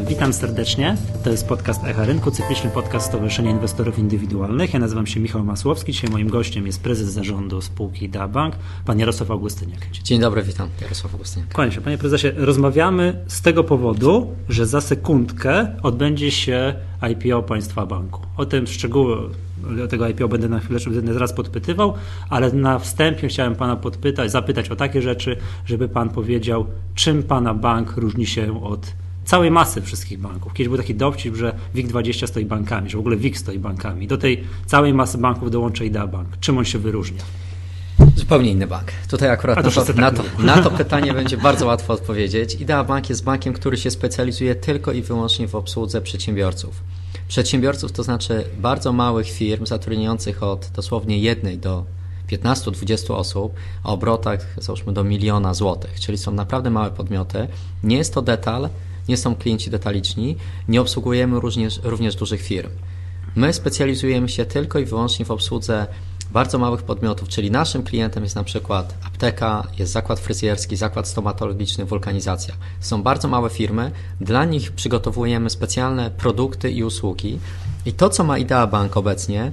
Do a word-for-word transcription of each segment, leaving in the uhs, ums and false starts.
Witam serdecznie. To jest podcast Echa Rynku, cykliczny podcast Stowarzyszenia Inwestorów Indywidualnych. Ja nazywam się Michał Masłowski. Dzisiaj moim gościem jest prezes zarządu spółki Idea Bank, pan Jarosław Augustyniak. Dzień dobry, witam. Jarosław Augustyniak. Kłaniam się, panie prezesie. Rozmawiamy z tego powodu, że za sekundkę odbędzie się I P O Państwa Banku. O tym szczegóły o tego I P O będę na chwilę będę zaraz podpytywał, ale na wstępie chciałem pana podpytać, zapytać o takie rzeczy, żeby pan powiedział, czym pana bank różni się od całej masy wszystkich banków. Kiedyś był taki dowcip, że WIG dwadzieścia stoi bankami, że w ogóle WIG stoi bankami. Do tej całej masy banków dołącza Idea Bank. Czym on się wyróżnia? Zupełnie inny bank. Tutaj akurat na to, na, to, na to pytanie będzie bardzo łatwo odpowiedzieć. Idea Bank jest bankiem, który się specjalizuje tylko i wyłącznie w obsłudze przedsiębiorców. Przedsiębiorców to znaczy bardzo małych firm zatrudniających od dosłownie jednej do piętnastu do dwudziestu osób, o obrotach załóżmy do miliona złotych, czyli są naprawdę małe podmioty. Nie jest to detal, nie są klienci detaliczni, nie obsługujemy również, również dużych firm. My specjalizujemy się tylko i wyłącznie w obsłudze bardzo małych podmiotów, czyli naszym klientem jest na przykład apteka, jest zakład fryzjerski, zakład stomatologiczny, wulkanizacja. Są bardzo małe firmy, dla nich przygotowujemy specjalne produkty i usługi i to, co ma Idea Bank obecnie,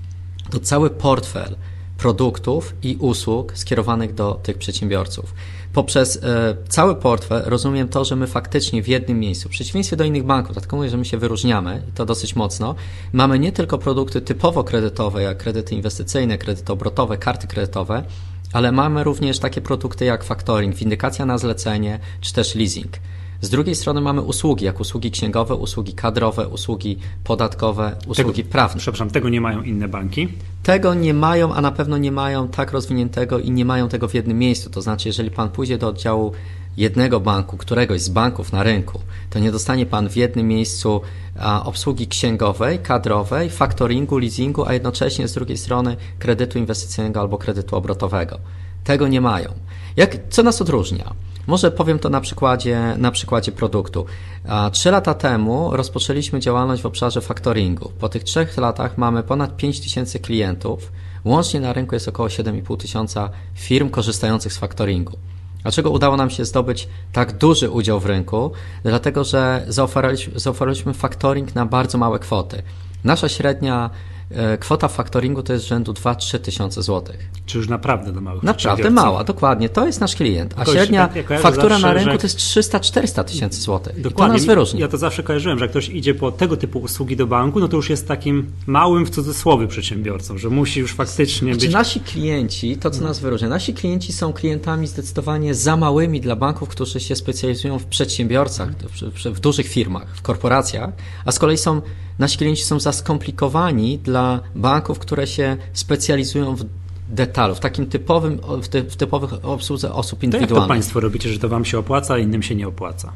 to cały portfel produktów i usług skierowanych do tych przedsiębiorców. Poprzez e, cały portfel rozumiem to, że my faktycznie w jednym miejscu, w przeciwieństwie do innych banków, dlatego mówię, że my się wyróżniamy i to dosyć mocno, mamy nie tylko produkty typowo kredytowe, jak kredyty inwestycyjne, kredyty obrotowe, karty kredytowe, ale mamy również takie produkty jak factoring, windykacja na zlecenie, czy też leasing. Z drugiej strony mamy usługi, jak usługi księgowe, usługi kadrowe, usługi podatkowe, usługi tego, prawne. Przepraszam, tego nie mają inne banki? Tego nie mają, a na pewno nie mają tak rozwiniętego i nie mają tego w jednym miejscu. To znaczy, jeżeli pan pójdzie do oddziału jednego banku, któregoś z banków na rynku, to nie dostanie pan w jednym miejscu a, obsługi księgowej, kadrowej, faktoringu, leasingu, a jednocześnie z drugiej strony kredytu inwestycyjnego albo kredytu obrotowego. Tego nie mają. Jak, co nas odróżnia? Może powiem to na przykładzie, na przykładzie produktu. Trzy lata temu rozpoczęliśmy działalność w obszarze faktoringu. Po tych trzech latach mamy ponad pięć tysięcy klientów. Łącznie na rynku jest około siedem i pół tysiąca firm korzystających z faktoringu. Dlaczego udało nam się zdobyć tak duży udział w rynku? Dlatego, że zaoferowaliśmy, zaoferowaliśmy faktoring na bardzo małe kwoty. Nasza średnia kwota faktoringu to jest rzędu dwa do trzech tysięcy złotych. Czy już naprawdę do małych Naprawdę mała, dokładnie. To jest nasz klient. A średnia ja faktura zawsze, na rynku że... to jest trzysta do czterystu tysięcy złotych. Dokładnie. I to nas wyróżni. Ja to zawsze kojarzyłem, że jak ktoś idzie po tego typu usługi do banku, no to już jest takim małym w cudzysłowie przedsiębiorcą, że musi już faktycznie znaczy, być... Nasi klienci, to co nas wyróżnia, nasi klienci są klientami zdecydowanie za małymi dla banków, którzy się specjalizują w przedsiębiorcach, w, w dużych firmach, w korporacjach, a z kolei są nasi klienci są za skomplikowani dla banków, które się specjalizują w detalu, w takim typowym, w, ty, w typowych obsłudze osób indywidualnych. To jak to państwo robicie, że to wam się opłaca, a innym się nie opłaca?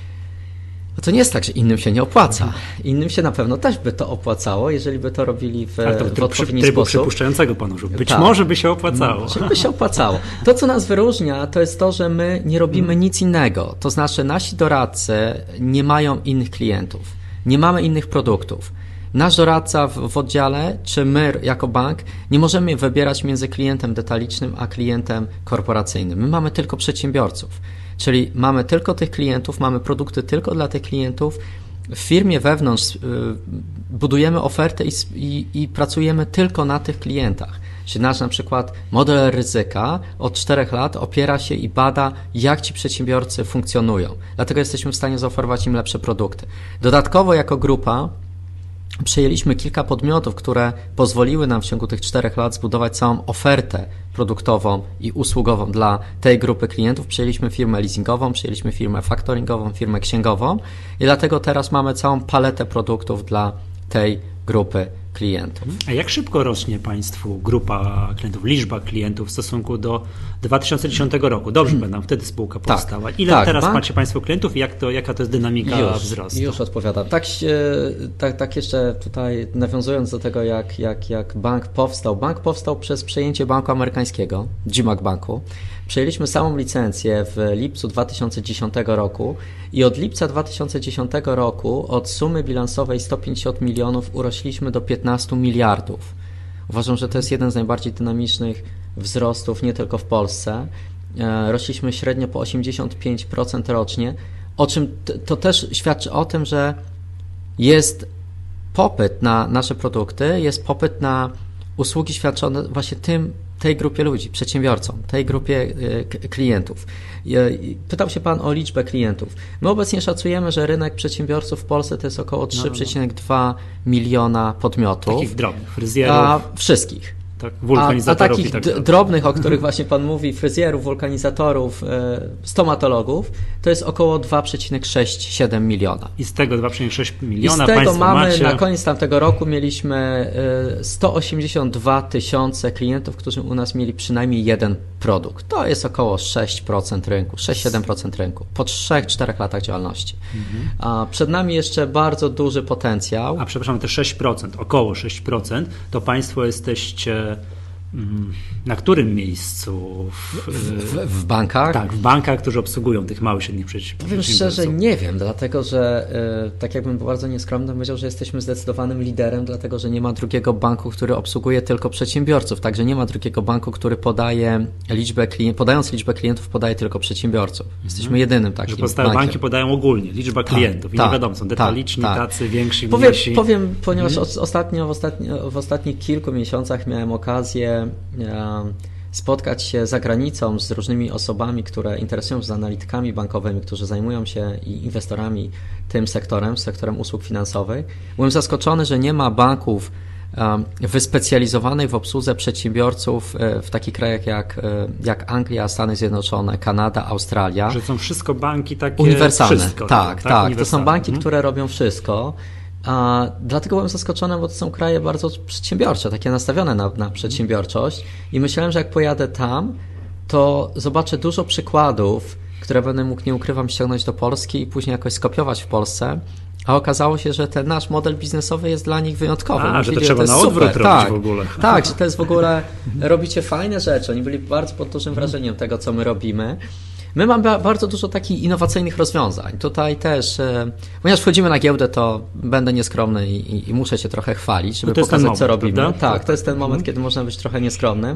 No to nie jest tak, że innym się nie opłaca. Innym się na pewno też by to opłacało, jeżeli by to robili w, Ale to w odpowiedni trybu sposób. przypuszczającego pan użył. Być tak. może by się opłacało. Może by się opłacało. To, co nas wyróżnia, to jest to, że my nie robimy hmm. nic innego. To znaczy nasi doradcy nie mają innych klientów. Nie mamy innych produktów. Nasz doradca w, w oddziale, czy my jako bank, nie możemy wybierać między klientem detalicznym a klientem korporacyjnym. My mamy tylko przedsiębiorców, czyli mamy tylko tych klientów, mamy produkty tylko dla tych klientów. W firmie wewnątrz y, budujemy ofertę i, i, i pracujemy tylko na tych klientach. Czyli nasz na przykład model ryzyka od czterech lat opiera się i bada, jak ci przedsiębiorcy funkcjonują. Dlatego jesteśmy w stanie zaoferować im lepsze produkty. Dodatkowo jako grupa przejęliśmy kilka podmiotów, które pozwoliły nam w ciągu tych czterech lat zbudować całą ofertę produktową i usługową dla tej grupy klientów. Przejęliśmy firmę leasingową, przejęliśmy firmę faktoringową, firmę księgową i dlatego teraz mamy całą paletę produktów dla tej grupy klientów. A jak szybko rośnie państwu grupa klientów, liczba klientów w stosunku do dwa tysiące dziesiątego roku? Dobrze, hmm. będą wtedy spółka powstała. Tak, Ile tak, teraz bank... macie państwo klientów i jak to, jaka to jest dynamika już, wzrostu? Już odpowiadam. Tak, tak, tak jeszcze tutaj nawiązując do tego, jak, jak, jak bank powstał. Bank powstał przez przejęcie banku amerykańskiego, G M A C Banku. Przejęliśmy samą licencję w lipcu dwa tysiące dziesiątego roku i od lipca dwa tysiące dziesiątego roku od sumy bilansowej sto pięćdziesiąt milionów urośliśmy do piętnastu miliardów. Uważam, że to jest jeden z najbardziej dynamicznych wzrostów nie tylko w Polsce. Rośliśmy średnio po osiemdziesiąt pięć procent rocznie, o czym t- to też świadczy o tym, że jest popyt na nasze produkty, jest popyt na usługi świadczone właśnie tym, tej grupie ludzi, przedsiębiorcom, tej grupie k- klientów. Pytał się Pan o liczbę klientów. My obecnie szacujemy, że rynek przedsiębiorców w Polsce to jest około trzy przecinek dwa miliona podmiotów. Takich drobnych, fryzjerów. A, wszystkich. Tak, wulkanizatorów a, a takich i tak d- drobnych, o których właśnie Pan mówi, fryzjerów, wulkanizatorów, e, stomatologów, to jest około dwa przecinek sześć siedem miliona. I z tego dwa przecinek sześć miliona I z tego Państwo mamy, macie... na koniec tamtego roku mieliśmy e, sto osiemdziesiąt dwa tysiące klientów, którzy u nas mieli przynajmniej jeden produkt. To jest około sześć procent rynku, sześć siedem procent rynku po trzech czterech latach działalności. Mhm. A przed nami jeszcze bardzo duży potencjał. A przepraszam, te sześć procent, około sześć procent, to Państwo jesteście na którym miejscu? W, w, w bankach? Tak, w bankach, którzy obsługują tych małych, średnich przedsiębiorców. Powiem szczerze, nie wiem, dlatego że yy, tak jakbym był bardzo nieskromny, powiedział, że jesteśmy zdecydowanym liderem, dlatego że nie ma drugiego banku, który obsługuje tylko przedsiębiorców, także nie ma drugiego banku, który podaje liczbę klient, podając liczbę klientów, podaje tylko przedsiębiorców. Jesteśmy hmm. jedynym takim że pozostałe bankiem. banki podają ogólnie liczbę klientów tak, i tak, nie wiadomo, są detaliczni, tak, tacy, więksi, powiem, mniejsi. Powiem, ponieważ hmm. ostatnio, w, ostatnio, w ostatnich kilku miesiącach miałem okazję spotkać się za granicą z różnymi osobami, które interesują się z analitykami bankowymi, którzy zajmują się i inwestorami tym sektorem, sektorem usług finansowych. Byłem zaskoczony, że nie ma banków wyspecjalizowanych w obsłudze przedsiębiorców w takich krajach jak, jak Anglia, Stany Zjednoczone, Kanada, Australia. Że są wszystko banki takie uniwersalne. Wszystko, tak, tak. tak. To są banki, hmm. które robią wszystko. A dlatego byłem zaskoczony, bo to są kraje bardzo przedsiębiorcze, takie nastawione na, na przedsiębiorczość i myślałem, że jak pojadę tam, to zobaczę dużo przykładów, które będę mógł, nie ukrywam, ściągnąć do Polski i później jakoś skopiować w Polsce, a okazało się, że ten nasz model biznesowy jest dla nich wyjątkowy. A, Myśleli, że to trzeba to na odwrót robić tak, w ogóle. Tak, że to jest w ogóle, robicie fajne rzeczy, oni byli bardzo pod dużym wrażeniem tego, co my robimy. My mamy bardzo dużo takich innowacyjnych rozwiązań. Tutaj też, e, ponieważ wchodzimy na giełdę, to będę nieskromny i, i, i muszę się trochę chwalić, żeby no pokazać, moment, co robimy. prawda? Tak, to jest ten moment, mhm. kiedy można być trochę nieskromnym.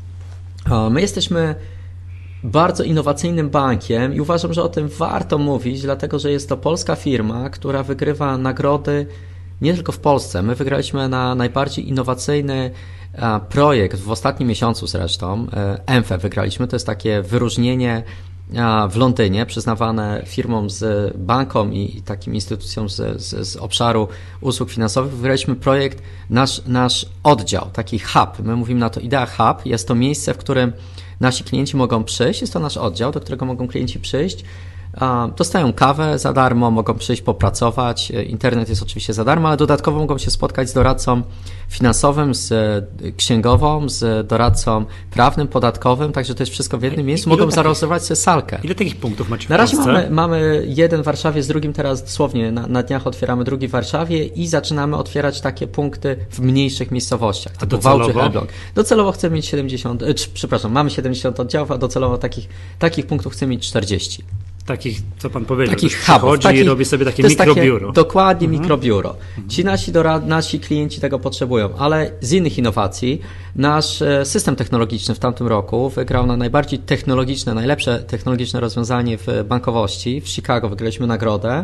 O, my jesteśmy bardzo innowacyjnym bankiem i uważam, że o tym warto mówić, dlatego że jest to polska firma, która wygrywa nagrody nie tylko w Polsce. My wygraliśmy na najbardziej innowacyjny projekt w ostatnim miesiącu zresztą. E M F E wygraliśmy, to jest takie wyróżnienie w Londynie przyznawane firmom z bankom i takim instytucjom z, z, z obszaru usług finansowych. Wygraliśmy projekt, nasz, nasz oddział, taki hub. My mówimy na to Idea Hub. Jest to miejsce, w którym nasi klienci mogą przyjść. Jest to nasz oddział, do którego mogą klienci przyjść. Dostają kawę za darmo, mogą przyjść popracować. Internet jest oczywiście za darmo, ale dodatkowo mogą się spotkać z doradcą finansowym, z księgową, z doradcą prawnym, podatkowym, także to jest wszystko w jednym miejscu. Mogą zarezerwować sobie salkę. Ile takich punktów macie w Na razie Polsce? mamy, mamy jeden w Warszawie, z drugim teraz dosłownie na, na dniach otwieramy drugi w Warszawie i zaczynamy otwierać takie punkty w mniejszych miejscowościach. A docelowo? Docelowo chcemy mieć siedemdziesiąt, czy, przepraszam, mamy siedemdziesiąt oddziałów, a docelowo takich, takich punktów chcemy mieć czterdzieści. Takich, co pan powiedział, takich hubów, takich, i robi sobie takie mikrobiuro. Takie, dokładnie mhm. mikrobiuro. Mhm. Ci nasi, dorad, nasi klienci tego potrzebują, ale z innych innowacji nasz system technologiczny w tamtym roku wygrał na najbardziej technologiczne, najlepsze technologiczne rozwiązanie w bankowości. W Chicago wygraliśmy nagrodę.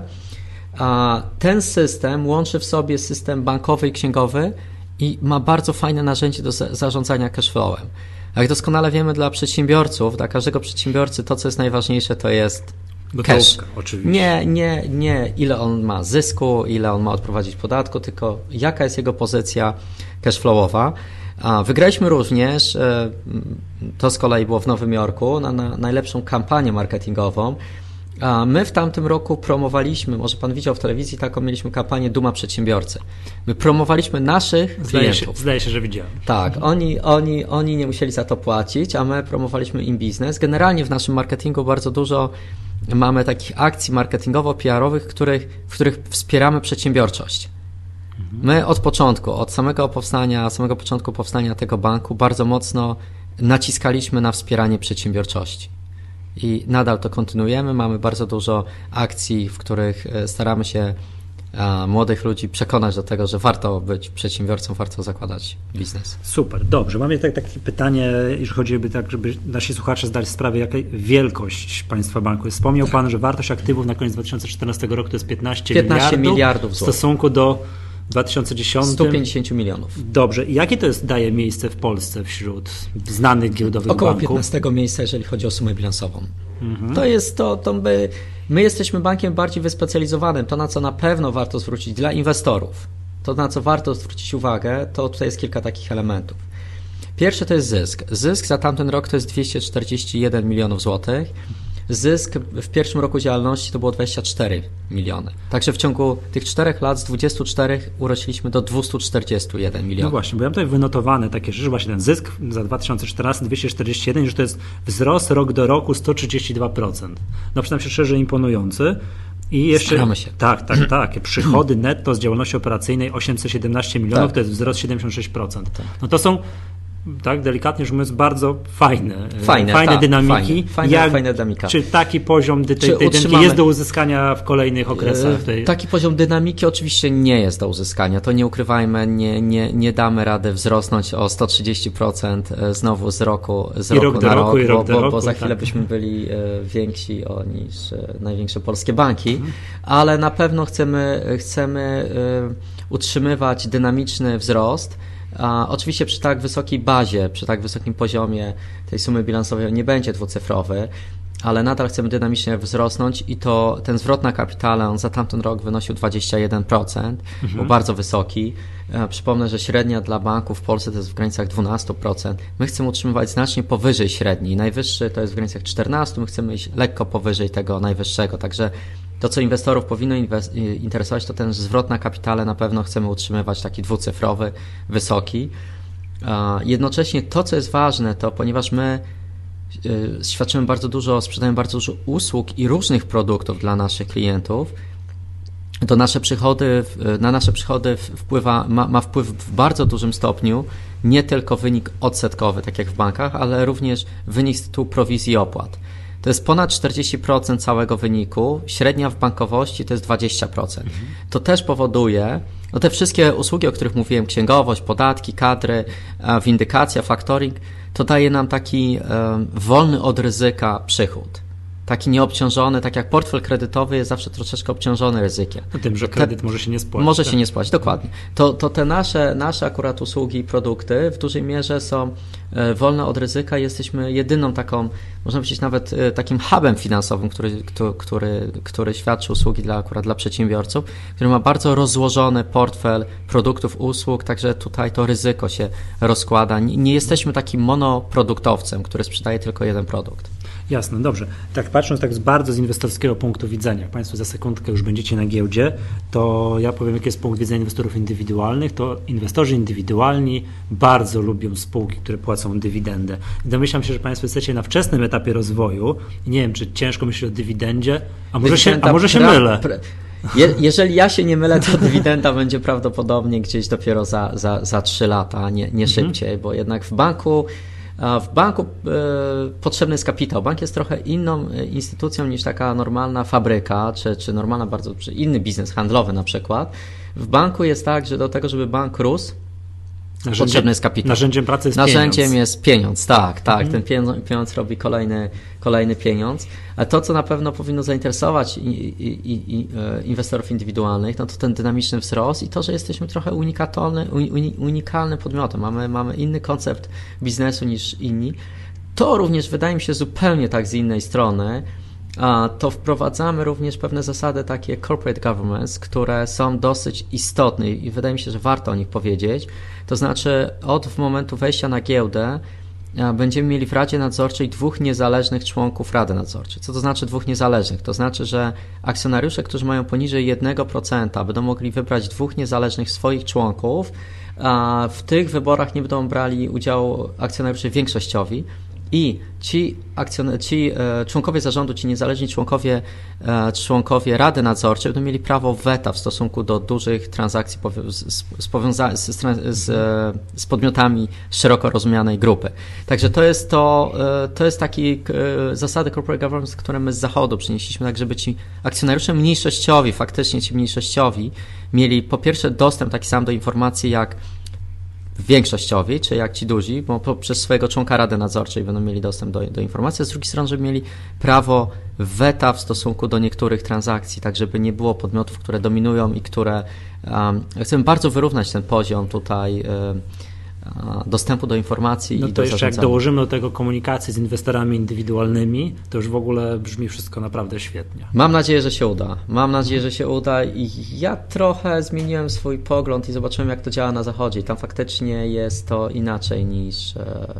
A ten system łączy w sobie system bankowy i księgowy i ma bardzo fajne narzędzie do zarządzania cashflowem. Jak doskonale wiemy, dla przedsiębiorców, dla każdego przedsiębiorcy to, co jest najważniejsze, to jest cash. Oczywiście. Nie, nie, nie ile on ma zysku, ile on ma odprowadzić podatku, tylko jaka jest jego pozycja cashflowowa. Wygraliśmy również, to z kolei było w Nowym Jorku, na, na najlepszą kampanię marketingową. A my w tamtym roku promowaliśmy, może pan widział w telewizji taką, mieliśmy kampanię Duma Przedsiębiorcy. My promowaliśmy naszych zdaje klientów. Się, zdaje się, że widziałem. Tak, oni, oni, oni nie musieli za to płacić, a my promowaliśmy im biznes. Generalnie w naszym marketingu bardzo dużo mamy takich akcji marketingowo-P R-owych, których, w których wspieramy przedsiębiorczość. My od początku, od samego powstania, samego początku powstania tego banku bardzo mocno naciskaliśmy na wspieranie przedsiębiorczości. I nadal to kontynuujemy. Mamy bardzo dużo akcji, w których staramy się młodych ludzi przekonać do tego, że warto być przedsiębiorcą, warto zakładać biznes. Super, dobrze. Mam jednak takie pytanie, jeżeli chodziłoby tak, żeby nasi słuchacze zdali sprawę, jaka wielkość Państwa Banku jest. Wspomniał Pan, że wartość aktywów na koniec dwa tysiące czternastego roku to jest piętnaście, piętnaście miliardów, miliardów w stosunku do dwa tysiące dziesiątego. sto pięćdziesiąt milionów. Dobrze. I jakie to jest, daje miejsce w Polsce wśród znanych giełdowych Około banków? Około piętnastego miejsca, jeżeli chodzi o sumę bilansową. Mhm. To jest to, to my, my jesteśmy bankiem bardziej wyspecjalizowanym. To, na co na pewno warto zwrócić dla inwestorów, to, na co warto zwrócić uwagę, to tutaj jest kilka takich elementów. Pierwsze to jest zysk. Zysk za tamten rok to jest dwieście czterdzieści jeden milionów złotych. Zysk w pierwszym roku działalności to było dwadzieścia cztery miliony. Także w ciągu tych czterech lat z dwudziestu czterech urośliśmy do dwieście czterdzieści jeden milionów. No właśnie, bo ja mam tutaj wynotowane takie rzeczy, właśnie ten zysk za dwa tysiące czternasty dwieście czterdzieści jeden, że to jest wzrost rok do roku sto trzydzieści dwa procent. No przyznam się szczerze, imponujący. I jeszcze, Staramy się. Tak, tak, tak. Przychody netto z działalności operacyjnej osiemset siedemnaście milionów, tak. To jest wzrost siedemdziesiąt sześć procent. Tak. No to są, tak delikatnie rzecz mówiąc, bardzo fajne, fajne, fajne tak, dynamiki. Fajne, fajne, Jak, fajne dynamika. Czy taki poziom tej, tej dynamiki jest do uzyskania w kolejnych okresach? Tej... Taki poziom dynamiki oczywiście nie jest do uzyskania. To nie ukrywajmy, nie, nie, nie damy rady wzrosnąć o sto trzydzieści procent znowu z roku, z I roku rok na do rok, roku, i rok bo, do bo, roku, bo za chwilę tak. byśmy byli więksi o, niż największe polskie banki, mhm. ale na pewno chcemy, chcemy utrzymywać dynamiczny wzrost. A oczywiście przy tak wysokiej bazie, przy tak wysokim poziomie tej sumy bilansowej nie będzie dwucyfrowy, ale nadal chcemy dynamicznie wzrosnąć i to ten zwrot na kapitale on za tamten rok wynosił dwadzieścia jeden procent, mhm. był bardzo wysoki. Przypomnę, że średnia dla banków w Polsce to jest w granicach dwanaście procent. My chcemy utrzymywać znacznie powyżej średniej. Najwyższy to jest w granicach czternaście procent, my chcemy iść lekko powyżej tego najwyższego, także to, co inwestorów powinno interesować, to ten zwrot na kapitale na pewno chcemy utrzymywać taki dwucyfrowy, wysoki. Jednocześnie to, co jest ważne, to ponieważ my świadczymy bardzo dużo, sprzedajemy bardzo dużo usług i różnych produktów dla naszych klientów, to nasze przychody, na nasze przychody wpływa, ma, ma wpływ w bardzo dużym stopniu nie tylko wynik odsetkowy, tak jak w bankach, ale również wynik z tytułu prowizji i opłat. To jest ponad czterdzieści procent całego wyniku, średnia w bankowości to jest dwadzieścia procent. Mhm. To też powoduje, no te wszystkie usługi, o których mówiłem, księgowość, podatki, kadry, windykacja, factoring, to daje nam taki um, wolny od ryzyka przychód. Taki nieobciążony, tak jak portfel kredytowy jest zawsze troszeczkę obciążony ryzykiem. O tym, że kredyt te, może się nie spłacić. Może tak? się nie spłacić, dokładnie. To, to te nasze, nasze akurat usługi i produkty w dużej mierze są e, wolne od ryzyka. Jesteśmy jedyną taką, można powiedzieć nawet e, takim hubem finansowym, który, który, który świadczy usługi dla, akurat dla przedsiębiorców, który ma bardzo rozłożony portfel produktów, usług, także tutaj to ryzyko się rozkłada. Nie, nie jesteśmy takim monoproduktowcem, który sprzedaje tylko jeden produkt. Jasne, dobrze. Tak patrząc tak z bardzo z inwestorskiego punktu widzenia, jak Państwo za sekundkę już będziecie na giełdzie, to ja powiem, jaki jest punkt widzenia inwestorów indywidualnych, to inwestorzy indywidualni bardzo lubią spółki, które płacą dywidendę. I domyślam się, że Państwo jesteście na wczesnym etapie rozwoju i nie wiem, czy ciężko myśleć o dywidendzie, a może się, a może się pra, mylę. Pra, je, jeżeli ja się nie mylę, to dywidenda będzie prawdopodobnie gdzieś dopiero za, za, za trzy lata, nie, nie szybciej, mhm. bo jednak w banku W banku e, potrzebny jest kapitał. Bank jest trochę inną instytucją niż taka normalna fabryka, czy, czy normalna bardzo, czy inny biznes handlowy na przykład. W banku jest tak, że do tego, żeby bank rósł, Narzędzie, potrzebny jest kapitał. Narzędziem pracy jest Narzędziem pieniądz. jest pieniądz, tak, tak. Mhm. Ten pieniądz, pieniądz robi kolejny, kolejny pieniądz. A to, co na pewno powinno zainteresować i, i, i, i inwestorów indywidualnych, no to ten dynamiczny wzrost i to, że jesteśmy trochę unikalny, unikalnym podmiotem. Mamy, mamy inny koncept biznesu niż inni. To również wydaje mi się zupełnie tak z innej strony. A to wprowadzamy również pewne zasady takie corporate governance, które są dosyć istotne i wydaje mi się, że warto o nich powiedzieć. To znaczy od momentu wejścia na giełdę będziemy mieli w Radzie Nadzorczej dwóch niezależnych członków Rady Nadzorczej. Co to znaczy dwóch niezależnych? To znaczy, że akcjonariusze, którzy mają poniżej jednego procenta, będą mogli wybrać dwóch niezależnych swoich członków, a w tych wyborach nie będą brali udziału akcjonariusze większościowi, I ci, akcjon- ci e, członkowie zarządu, ci niezależni członkowie, e, członkowie Rady Nadzorczej będą mieli prawo weta w stosunku do dużych transakcji powi- z, z, powiąza- z, z, e, z podmiotami szeroko rozumianej grupy. Także to jest to, e, to jest taki e, zasady corporate governance, które my z zachodu przynieśliśmy, tak żeby ci akcjonariusze mniejszościowi, faktycznie ci mniejszościowi mieli po pierwsze dostęp taki sam do informacji jak większościowi, czy jak ci duzi, bo poprzez swojego członka Rady Nadzorczej będą mieli dostęp do, do informacji, a z drugiej strony, żeby mieli prawo weta w stosunku do niektórych transakcji, tak żeby nie było podmiotów, które dominują i które um, chcemy bardzo wyrównać ten poziom tutaj um, dostępu do informacji no i to do jeszcze zarządzania. Jak dołożymy do tego komunikację z inwestorami indywidualnymi, to już w ogóle brzmi wszystko naprawdę świetnie. Mam nadzieję, że się uda. Mam nadzieję, że się uda i ja trochę zmieniłem swój pogląd i zobaczyłem, jak to działa na zachodzie. I tam faktycznie jest to inaczej niż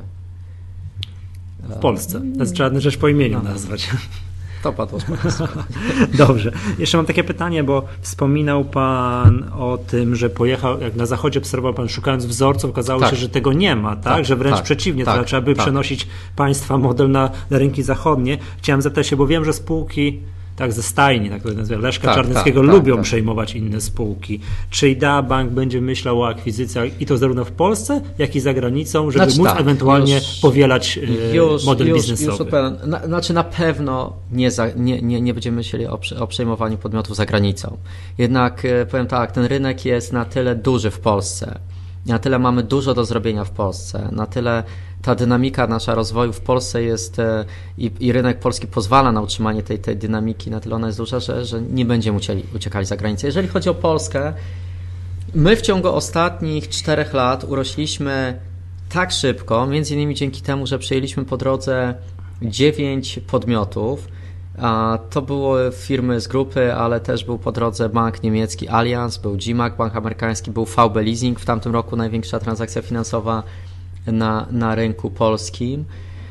w Polsce. To trzeba rzecz po imieniu no. nazwać. To padło z Państwa. Dobrze. Jeszcze mam takie pytanie, bo wspominał Pan o tym, że pojechał, jak na zachodzie obserwował Pan, szukając wzorców, okazało tak. się, że tego nie ma, tak? tak że wręcz tak, przeciwnie, tak, to trzeba by tak. przenosić Państwa model na, na rynki zachodnie. Chciałem zapytać się, bo wiem, że spółki tak ze stajni, tak to nazywa, Leszka tak, Czarneckiego tak, lubią tak. przejmować inne spółki. Czy Idea Bank będzie myślał o akwizycjach i to zarówno w Polsce, jak i za granicą, żeby znaczy, móc tak, ewentualnie już, powielać już, model już, biznesowy? Już na, znaczy na pewno nie, za, nie, nie, nie będziemy myśleli o, o przejmowaniu podmiotów za granicą. Jednak powiem tak, ten rynek jest na tyle duży w Polsce, na tyle mamy dużo do zrobienia w Polsce, na tyle ta dynamika nasza rozwoju w Polsce jest i, i rynek polski pozwala na utrzymanie tej, tej dynamiki, na tyle ona jest duża, że, że nie będziemy uciekali, uciekali za granicę. Jeżeli chodzi o Polskę, my w ciągu ostatnich czterech lat urośliśmy tak szybko, między innymi dzięki temu, że przejęliśmy po drodze dziewięć podmiotów. A to były firmy z grupy, ale też był po drodze bank niemiecki Allianz, był G M A C, bank amerykański, był V B Leasing, w tamtym roku największa transakcja finansowa na, na rynku polskim.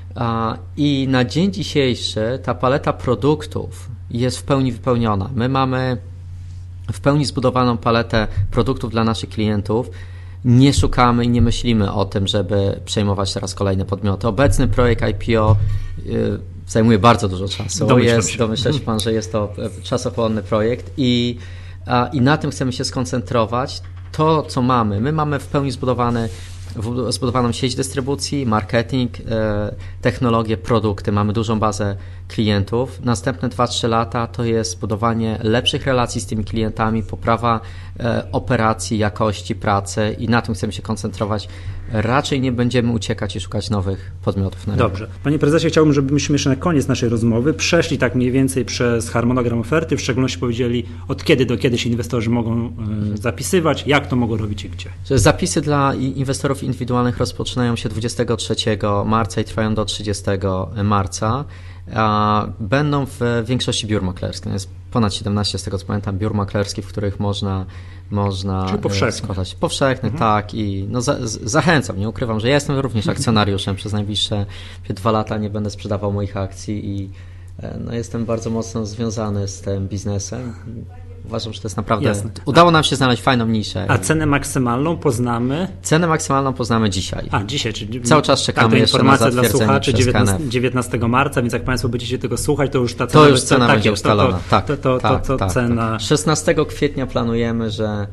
I na dzień dzisiejszy ta paleta produktów jest w pełni wypełniona. My mamy w pełni zbudowaną paletę produktów dla naszych klientów. Nie szukamy i nie myślimy o tym, żeby przejmować teraz kolejne podmioty. Obecny projekt I P O yy, zajmuje bardzo dużo czasu. Domyślam jest, się. domyśla się Pan, że jest to czasochłonny projekt i, a, i na tym chcemy się skoncentrować. To, co mamy, my mamy w pełni zbudowany zbudowaną sieć dystrybucji, marketing, technologie, produkty. Mamy dużą bazę klientów. Następne dwa trzy lata to jest budowanie lepszych relacji z tymi klientami, poprawa operacji, jakości pracy i na tym chcemy się koncentrować. Raczej nie będziemy uciekać i szukać nowych podmiotów na rynku. Dobrze. Panie prezesie, chciałbym, żebyśmy jeszcze na koniec naszej rozmowy przeszli tak mniej więcej przez harmonogram oferty, w szczególności powiedzieli, od kiedy do kiedy się inwestorzy mogą zapisywać, jak to mogą robić i gdzie. Zapisy dla inwestorów indywidualnych rozpoczynają się dwudziestego trzeciego marca i trwają do trzydziestego marca. Będą w większości biur maklerskich. Jest ponad siedemnaście, z tego co pamiętam, biur maklerskich, w których można można Czyli powszechne. składać. Powszechne, mhm. tak. I no za, zachęcam, nie ukrywam, że ja jestem również akcjonariuszem. Przez najbliższe dwa lata nie będę sprzedawał moich akcji i no, jestem bardzo mocno związany z tym biznesem. Uważam, że to jest naprawdę... Jasne. Udało nam się znaleźć fajną niszę. A cenę maksymalną poznamy? Cenę maksymalną poznamy dzisiaj. A, dzisiaj, czyli... Cały czas czekamy tak, jeszcze na zatwierdzenie dla słuchaczy przez dziewiętnastego marca, więc jak Państwo będziecie tego słuchać, to już ta cena... To już cena tak będzie jest, ustalona. To, to, tak, to, to, tak, to, to tak, cena... Tak. szesnastego kwietnia planujemy, że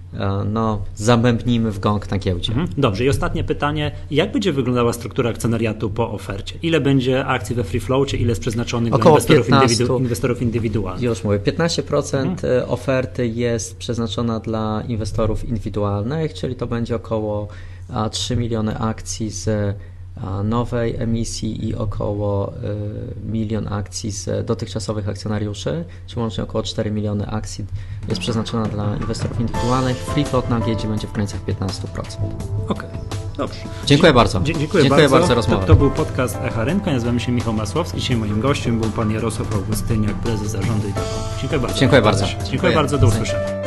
no, zabębnimy w gong na giełdzie. Mhm. Dobrze. I ostatnie pytanie. Jak będzie wyglądała struktura akcjonariatu po ofercie? Ile będzie akcji we free floacie, ile jest przeznaczonych Około dla inwestorów, piętnaście indywidu- inwestorów indywidualnych? Już mówię, piętnaście procent mhm. oferty jest przeznaczona dla inwestorów indywidualnych, czyli to będzie około trzy miliony akcji z nowej emisji i około milion akcji z dotychczasowych akcjonariuszy, czy łącznie około cztery miliony akcji jest przeznaczona dla inwestorów indywidualnych. Free float na giełdzie będzie w granicach piętnaście procent. Okej, okay. Dobrze. Dziękuję bardzo. Dzie- dziękuję, dziękuję bardzo, bardzo za rozmowę. To, to był podcast Echa Rynku. Nazywam się Michał Masłowski. Dzisiaj moim gościem był pan Jarosław Augustyniak, prezes zarządu i Dziękuję bardzo. Dziękuję bardzo. Dziękuję, dziękuję bardzo. Do usłyszenia.